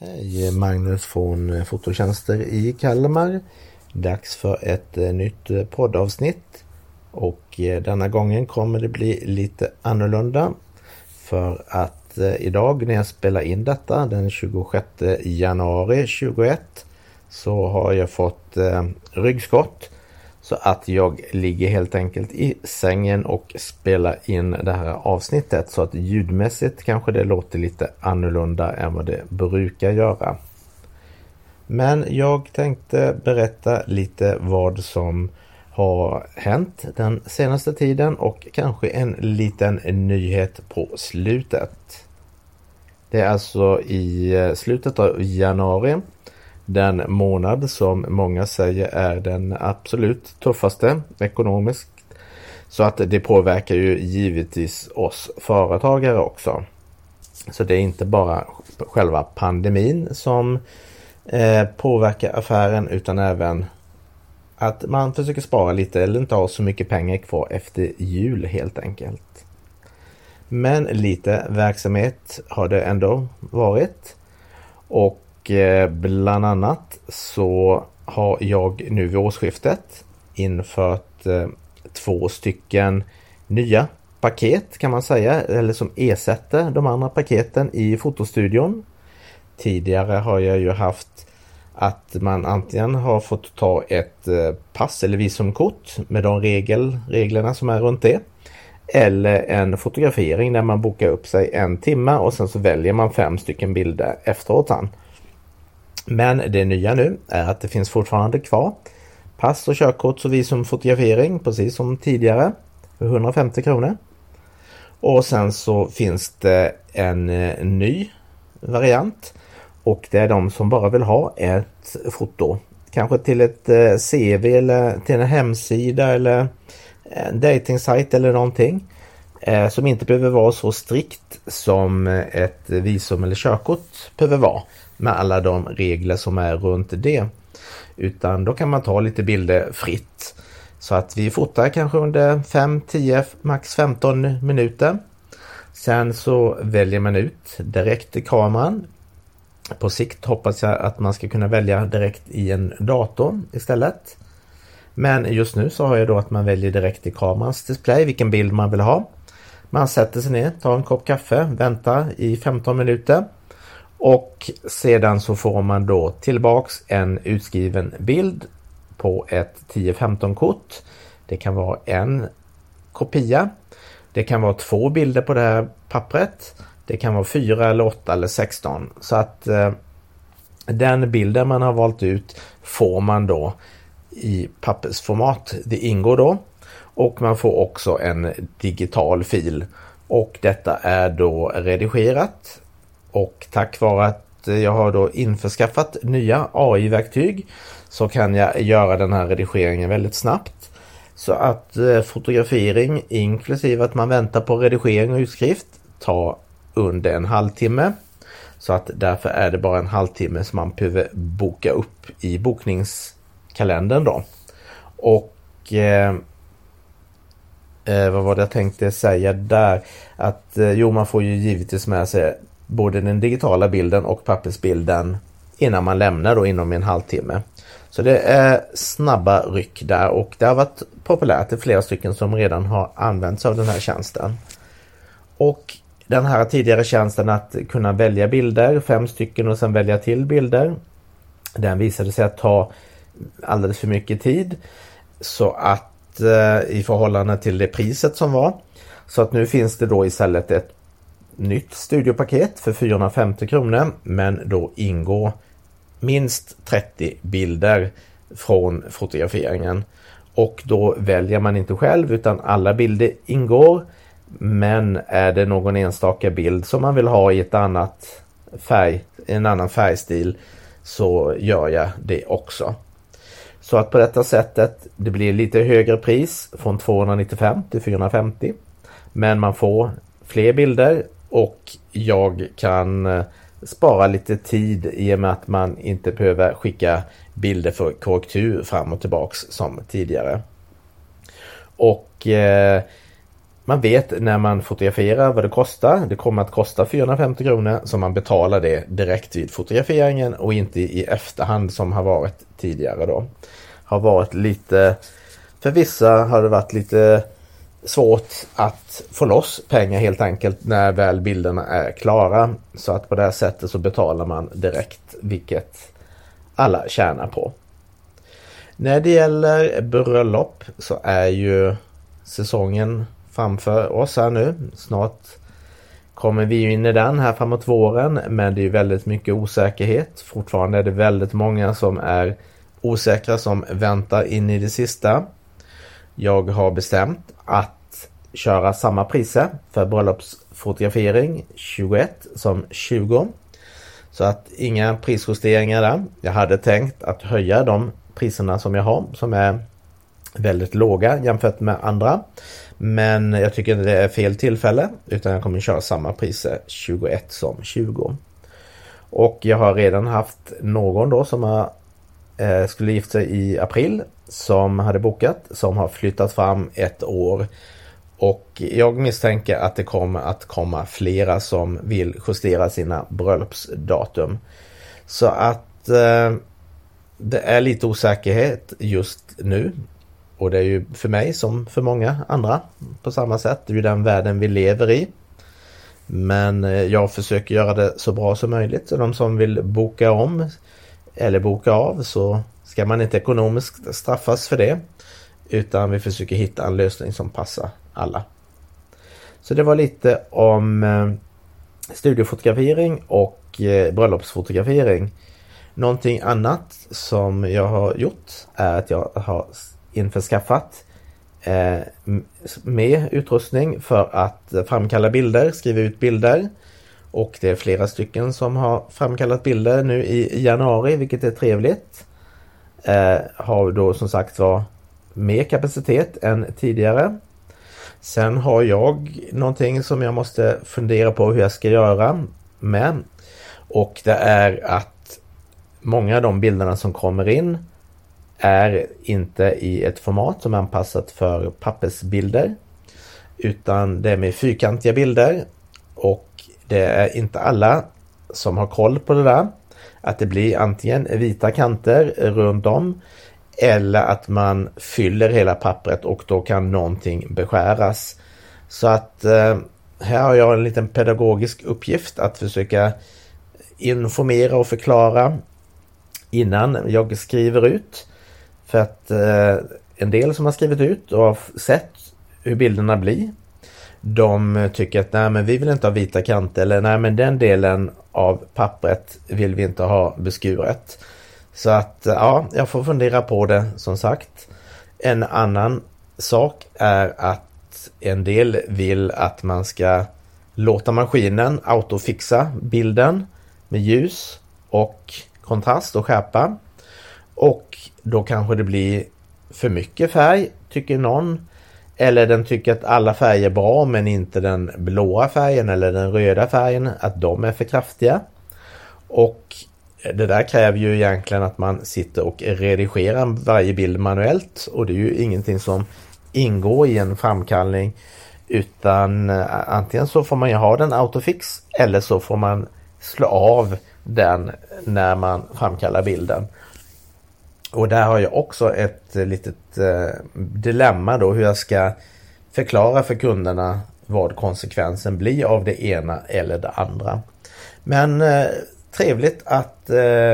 Hej, Magnus från Fototjänster i Kalmar. Dags för ett nytt poddavsnitt och denna gången kommer det bli lite annorlunda för att idag när jag spelar in detta den 26 januari 2021 så har jag fått ryggskott så att jag ligger helt enkelt i sängen och spelar in det här avsnittet så att ljudmässigt kanske det låter lite annorlunda än vad det brukar göra. Men jag tänkte berätta lite vad som har hänt den senaste tiden och kanske en liten nyhet på slutet. Det är alltså i slutet av januari, den månad som många säger är den absolut tuffaste ekonomiskt. Så att det påverkar ju givetvis oss företagare också. Så det är inte bara själva pandemin som påverkar affären utan även att man försöker spara lite eller inte ha så mycket pengar kvar efter jul helt enkelt. Men lite verksamhet har det ändå varit och bland annat så har jag nu vid årsskiftet infört 2 stycken nya paket kan man säga, eller som ersätter de andra paketen i fotostudion. Tidigare har jag ju haft att man antingen har fått ta ett pass eller visumkort med de reglerna som är runt det. Eller en fotografering där man bokar upp sig 1 timme och sen så väljer man 5 stycken bilder efteråt. Men det nya nu är att det finns fortfarande kvar pass och körkort och visumfotografering precis som tidigare för 150 kronor. Och sen så finns det en ny variant och det är de som bara vill ha ett foto. Kanske till ett CV eller till en hemsida eller en datingsajt eller någonting. Som inte behöver vara så strikt som ett visum eller körkort behöver vara. Med alla de regler som är runt det. Utan då kan man ta lite bilder fritt. Så att vi fotar kanske under 5, 10, max 15 minuter. Sen så väljer man ut direkt i kameran. På sikt hoppas jag att man ska kunna välja direkt i en dator istället. Men just nu så har jag då att man väljer direkt i kamerans display vilken bild man vill ha. Man sätter sig ner, tar en kopp kaffe, väntar i 15 minuter. Och sedan så får man då tillbaks en utskriven bild på ett 10-15 kort. Det kan vara en kopia. Det kan vara 2 bilder på det här pappret. Det kan vara 4 eller 8 eller 16. Så att den bilden man har valt ut får man då i pappersformat. Det ingår då. Och man får också en digital fil. Och detta är då redigerat. Och tack vare att jag har då införskaffat nya AI-verktyg så kan jag göra den här redigeringen väldigt snabbt. Så att fotografering inklusive att man väntar på redigering och utskrift tar under en halvtimme. Så att därför är det bara en halvtimme som man behöver boka upp i bokningskalendern då. Och vad var det jag tänkte säga där? Att man får ju givetvis med sig både den digitala bilden och pappersbilden innan man lämnar då inom en halvtimme. Så det är snabba ryck där och det har varit populärt. Det är flera stycken som redan har använt sig av den här tjänsten. Och den här tidigare tjänsten att kunna välja bilder, 5 stycken och sen välja till bilder. Den visade sig att ta alldeles för mycket tid så att i förhållande till det priset som var. Så att nu finns det då istället ett nytt studiopaket för 450 kronor men då ingår minst 30 bilder från fotograferingen och då väljer man inte själv utan alla bilder ingår, men är det någon enstaka bild som man vill ha i en annan färgstil så gör jag det också. Så att på detta sättet det blir lite högre pris från 295 till 450 men man får fler bilder och jag kan spara lite tid i och med att man inte behöver skicka bilder för korrektur fram och tillbaks som tidigare. Och man vet när man fotograferar vad det kostar. Det kommer att kosta 450 kronor, så man betalar det direkt vid fotograferingen och inte i efterhand som har varit tidigare då. Har varit lite, för vissa har det varit lite svårt att få loss pengar helt enkelt när väl bilderna är klara. Så att på det här sättet så betalar man direkt, vilket alla tjänar på. När det gäller bröllop så är ju säsongen framför oss här nu. Snart kommer vi ju in i den här framåt våren, men det är väldigt mycket osäkerhet. Fortfarande är det väldigt många som är osäkra som väntar in i det sista. Jag har bestämt att köra samma priser för bröllopsfotografering 21 som 20. Så att inga prisjusteringar där. Jag hade tänkt att höja de priserna som jag har, som är väldigt låga jämfört med andra. Men jag tycker det är fel tillfälle, utan jag kommer köra samma priser 21 som 20. Och jag har redan haft någon då som skulle gifta sig i april som hade bokat, som har flyttat fram ett år. Och jag misstänker att det kommer att komma flera som vill justera sina bröllopsdatum. Så att det är lite osäkerhet just nu. Och det är ju för mig som för många andra på samma sätt. Det är ju den världen vi lever i. Men jag försöker göra det så bra som möjligt. Så de som vill boka om eller boka av, så ska man inte ekonomiskt straffas för det. Utan vi försöker hitta en lösning som passar alla. Så det var lite om studiefotografering och bröllopsfotografering. Någonting annat som jag har gjort är att jag har införskaffat med utrustning för att framkalla bilder, skriva ut bilder. Och det är flera stycken som har framkallat bilder nu i januari, vilket är trevligt. Har då som sagt var mer kapacitet än tidigare. Sen har jag någonting som jag måste fundera på hur jag ska göra med. Och det är att många av de bilderna som kommer in är inte i ett format som är anpassat för pappersbilder, utan det är med fyrkantiga bilder. Och det är inte alla som har koll på det där. Att det blir antingen vita kanter runt om, eller att man fyller hela pappret och då kan någonting beskäras. Så att här har jag en liten pedagogisk uppgift att försöka informera och förklara innan jag skriver ut. För att en del som har skrivit ut och har sett hur bilderna blir, de tycker att nej, men vi vill inte ha vita kanter, eller nej, men den delen av pappret vill vi inte ha beskuret. Så att ja, jag får fundera på det som sagt. En annan sak är att en del vill att man ska låta maskinen autofixa bilden med ljus och kontrast och skärpa. Och då kanske det blir för mycket färg, tycker någon. Eller den tycker att alla färger är bra, men inte den blåa färgen eller den röda färgen, att de är för kraftiga. Och det där kräver ju egentligen att man sitter och redigerar varje bild manuellt. Och det är ju ingenting som ingår i en framkallning, utan antingen så får man ju ha den autofix, eller så får man slå av den när man framkallar bilden. Och där har jag också ett litet dilemma då, hur jag ska förklara för kunderna vad konsekvensen blir av det ena eller det andra. Men trevligt att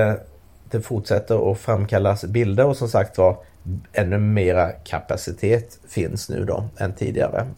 det fortsätter att framkallas bilder, och som sagt var, ännu mera kapacitet finns nu då än tidigare.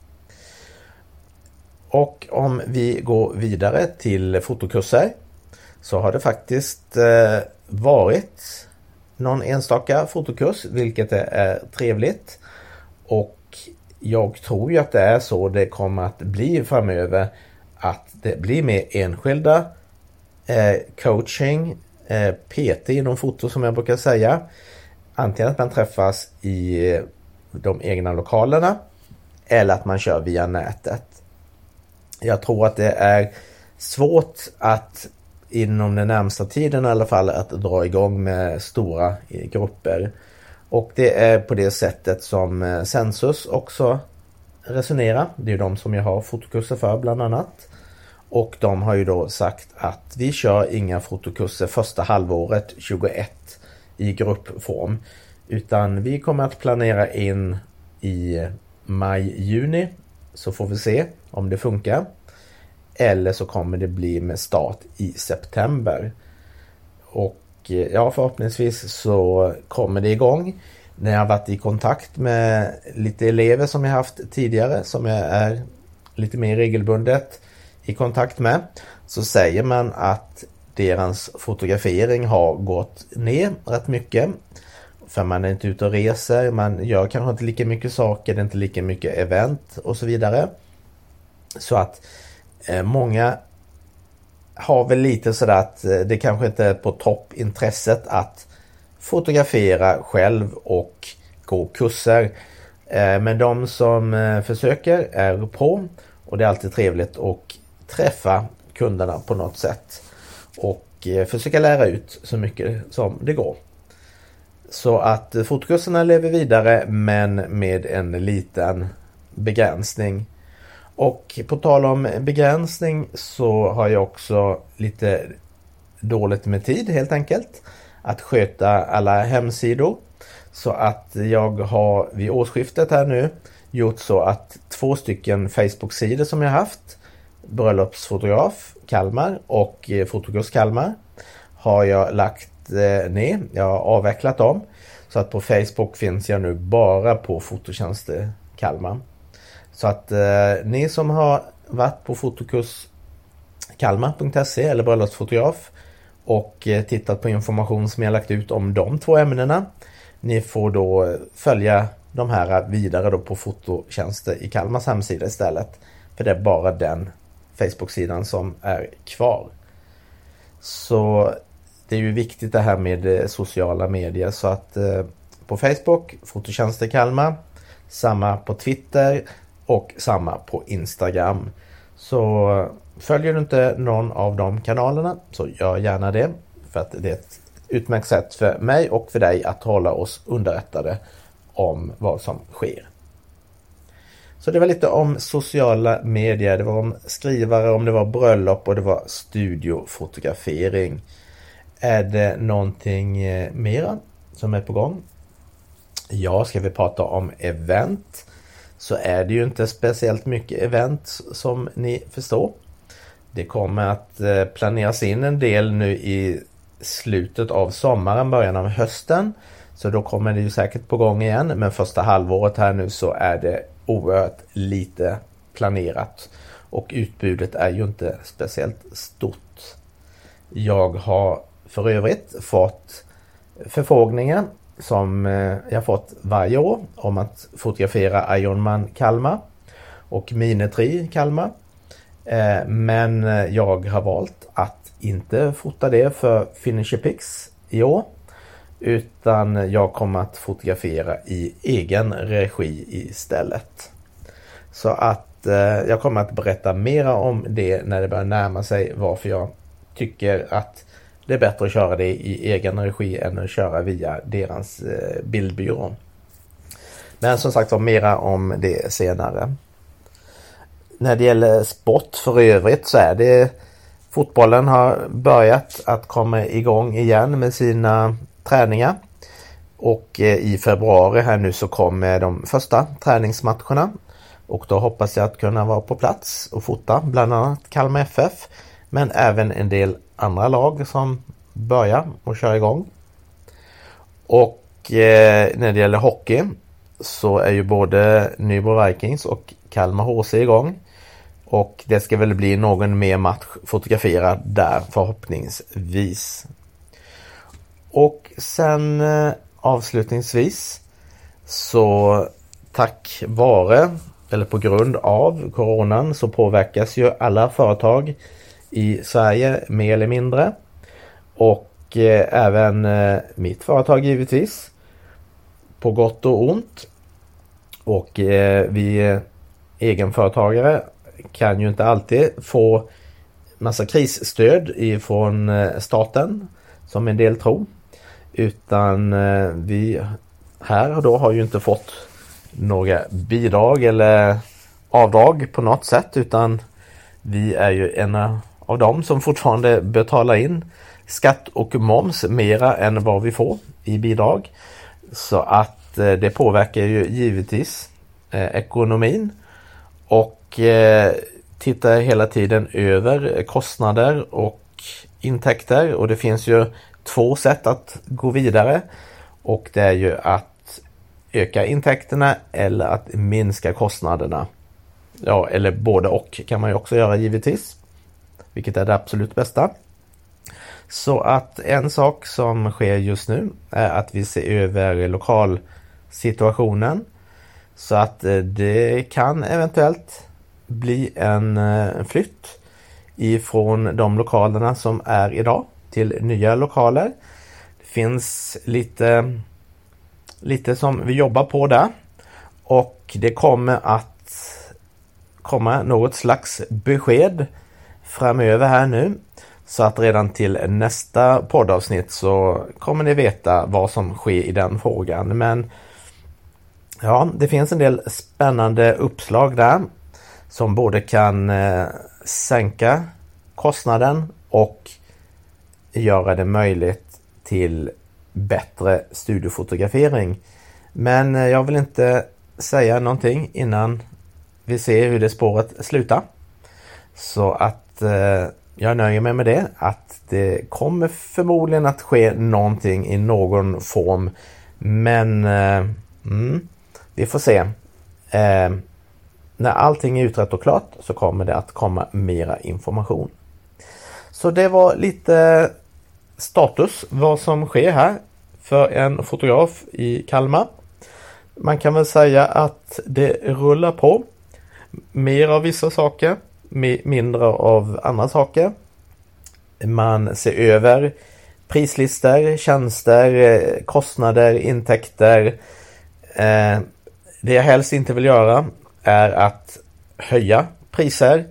Och om vi går vidare till fotokurser, så har det faktiskt varit någon enstaka fotokurs, vilket är trevligt. Och jag tror ju att det är så det kommer att bli framöver, att det blir mer enskilda coaching, PT inom foto som jag brukar säga. Antingen att man träffas i de egna lokalerna, eller att man kör via nätet. Jag tror att det är svårt att inom den närmsta tiden i alla fall att dra igång med stora grupper. Och det är på det sättet som Sensus också Resonera. Det är ju de som jag har fotokurser för bland annat. Och de har ju då sagt att vi kör inga fotokurser första halvåret 21 i gruppform. Utan vi kommer att planera in i maj-juni, så får vi se om det funkar. Eller så kommer det bli med start i september. Och ja, förhoppningsvis så kommer det igång. När jag har varit i kontakt med lite elever som jag haft tidigare, som jag är lite mer regelbundet i kontakt med, så säger man att deras fotografering har gått ner rätt mycket. För man är inte ute och reser, man gör kanske inte lika mycket saker, det är inte lika mycket event och så vidare. Så att många har väl lite sådär att det kanske inte är på toppintresset att fotografera själv och gå kurser. Men de som försöker är på, och det är alltid trevligt att träffa kunderna på något sätt och försöka lära ut så mycket som det går. Så att fotokurserna lever vidare, men med en liten begränsning. Och på tal om begränsning så har jag också lite dåligt med tid helt enkelt att sköta alla hemsidor. Så att jag har vid årsskiftet här nu gjort så att 2 stycken Facebook-sidor som jag haft, Bröllopsfotograf Kalmar och Fotokurs Kalmar, har jag lagt ner. Jag har avvecklat dem. Så att på Facebook finns jag nu bara på Fototjänster Kalmar. Så att ni som har varit på fotokurskalmar.se eller Bröllopsfotograf och tittat på information som jag lagt ut om de 2 ämnena, ni får då följa de här vidare då på Fototjänster i Kalmars hemsida istället. För det är bara den Facebook-sidan som är kvar. Så det är ju viktigt det här med sociala medier, så att på Facebook, Fototjänster Kalmar, samma på Twitter och samma på Instagram. Så följer du inte någon av de kanalerna så gör gärna det, för att det är ett utmärkt sätt för mig och för dig att hålla oss underrättade om vad som sker. Så det var lite om sociala medier, det var om skrivare, om det var bröllop och det var studiofotografering. Är det någonting mera som är på gång? Ja, ska vi prata om event så är det ju inte speciellt mycket event som ni förstår. Det kommer att planeras in en del nu i slutet av sommaren, början av hösten. Så då kommer det ju säkert på gång igen. Men första halvåret här nu så är det oerhört lite planerat. Och utbudet är ju inte speciellt stort. Jag har för övrigt fått förfrågningar som jag fått varje år om att fotografera Ironman Kalmar och Mine3 Kalmar. Men jag har valt att inte fota det för Finisher Pics i år, utan jag kommer att fotografera i egen regi istället. Så att jag kommer att berätta mera om det när det börjar närma sig, varför jag tycker att det är bättre att köra det i egen regi än att köra via deras bildbyrå. Men som sagt var, mera om det senare. När det gäller sport för övrigt så är det fotbollen har börjat att komma igång igen med sina träningar. Och i februari här nu så kommer de första träningsmatcherna. Och då hoppas jag att kunna vara på plats och fota bland annat Kalmar FF. Men även en del andra lag som börjar och kör igång. Och när det gäller hockey så är ju både Nybro Vikings och Kalmar HC igång. Och det ska väl bli någon mer match fotograferad där förhoppningsvis. Och sen avslutningsvis så tack vare eller på grund av coronan så påverkas ju alla företag i Sverige mer eller mindre. Och även mitt företag givetvis. På gott och ont. Och vi egenföretagare kan ju inte alltid få massa krisstöd ifrån staten som en del tror. Utan vi här då har ju inte fått några bidrag eller avdrag på något sätt, utan vi är ju en av dem som fortfarande betalar in skatt och moms mera än vad vi får i bidrag. Så att det påverkar ju givetvis ekonomin, och tittar hela tiden över kostnader och intäkter, och det finns ju 2 sätt att gå vidare, och det är ju att öka intäkterna eller att minska kostnaderna. Ja, eller både och kan man ju också göra givetvis, vilket är det absolut bästa. Så att en sak som sker just nu är att vi ser över lokalsituationen, så att det kan eventuellt bli en flytt ifrån de lokalerna som är idag till nya lokaler. Det finns lite som vi jobbar på där, och det kommer att komma något slags besked framöver här nu, så att redan till nästa poddavsnitt så kommer ni veta vad som sker i den frågan. Men ja, det finns en del spännande uppslag där som både kan sänka kostnaden och göra det möjligt till bättre studiefotografering. Men jag vill inte säga någonting innan vi ser hur det spåret slutar. Så att jag nöjer mig med det, att det kommer förmodligen att ske någonting i någon form. Men vi får se. När allting är utrett och klart så kommer det att komma mera information. Så det var lite status vad som sker här för en fotograf i Kalmar. Man kan väl säga att det rullar på. Mer av vissa saker, mindre av andra saker. Man ser över prislistor, tjänster, kostnader, intäkter. Det jag helst inte vill göra är att höja priser.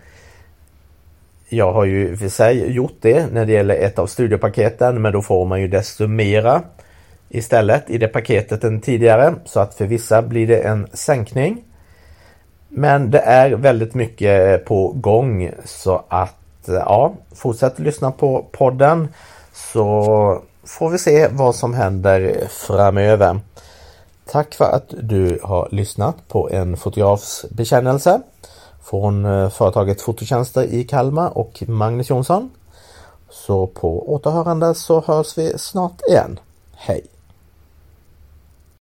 Jag har ju för sig gjort det när det gäller ett av studiepaketen, men då får man ju desto mera istället i det paketet än tidigare, så att för vissa blir det en sänkning. Men det är väldigt mycket på gång, så att ja, fortsätt lyssna på podden så får vi se vad som händer framöver. Tack för att du har lyssnat på en fotografs bekännelse från företaget Fototjänster i Kalmar och Magnus Jonsson. Så på återhörande så hörs vi snart igen. Hej!